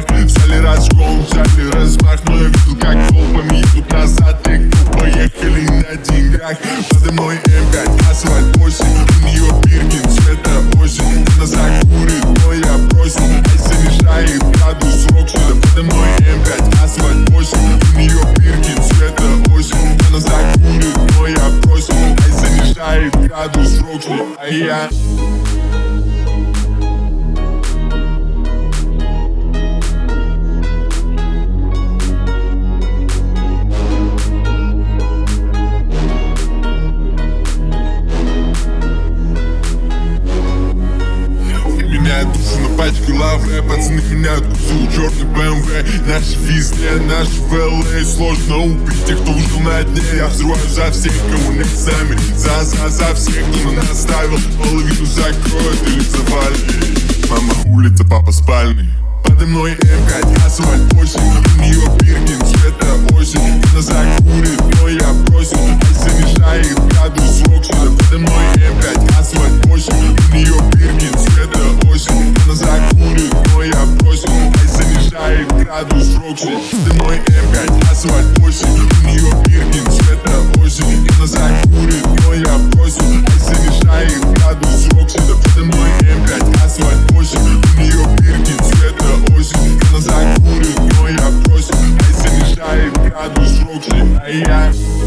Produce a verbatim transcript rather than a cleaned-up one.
Взяли разгон, взяли размах, но я видел, как толпами идут назад. Те, кто поехали на деньгах. Подо мной эм пять, асфальт осень. У нее Биркин, цвета осень. Она закурит, но я бросил. Ай, занижает градус Роксида. Подо мной эм пять, асфальт осень. У нее Биркин, цвета осень. Она закурит, но я бросил. Ай, занижает градус Роксида. А я... Меняют душу на пачке лавы. Пацаны меняют кузов, черный бэ эм вэ. Наши везде, наши в эл эй. Сложно убить тех, кто жил на дне. Я взрываю за всех, кого нет сами. За, за, за всех, кто на нас ставил. Половину закроет или завалит. Мама улица, папа спальный. Подо мной эм пять, асфальт осень. У нее Биркин, цвета осень. Она закурит, но я бросил. Ай, занижает градус Роксида. Подо мной эм пять, асфальт осень. У нее Биркин, цвета осень. Она закурит, но я бросил. Ай, занижает градус Роксида. Подо мной эм пять, асфальт осень. У нее Биркин, цвета осень. Она закурит, но я бросил. Ай, занижает градус Роксида. Подо мной эм пять, асфальт осень. У нее Биркин, цвета осень. Она закурит, но я бросил. Ай, занижает градус Роксида. А я...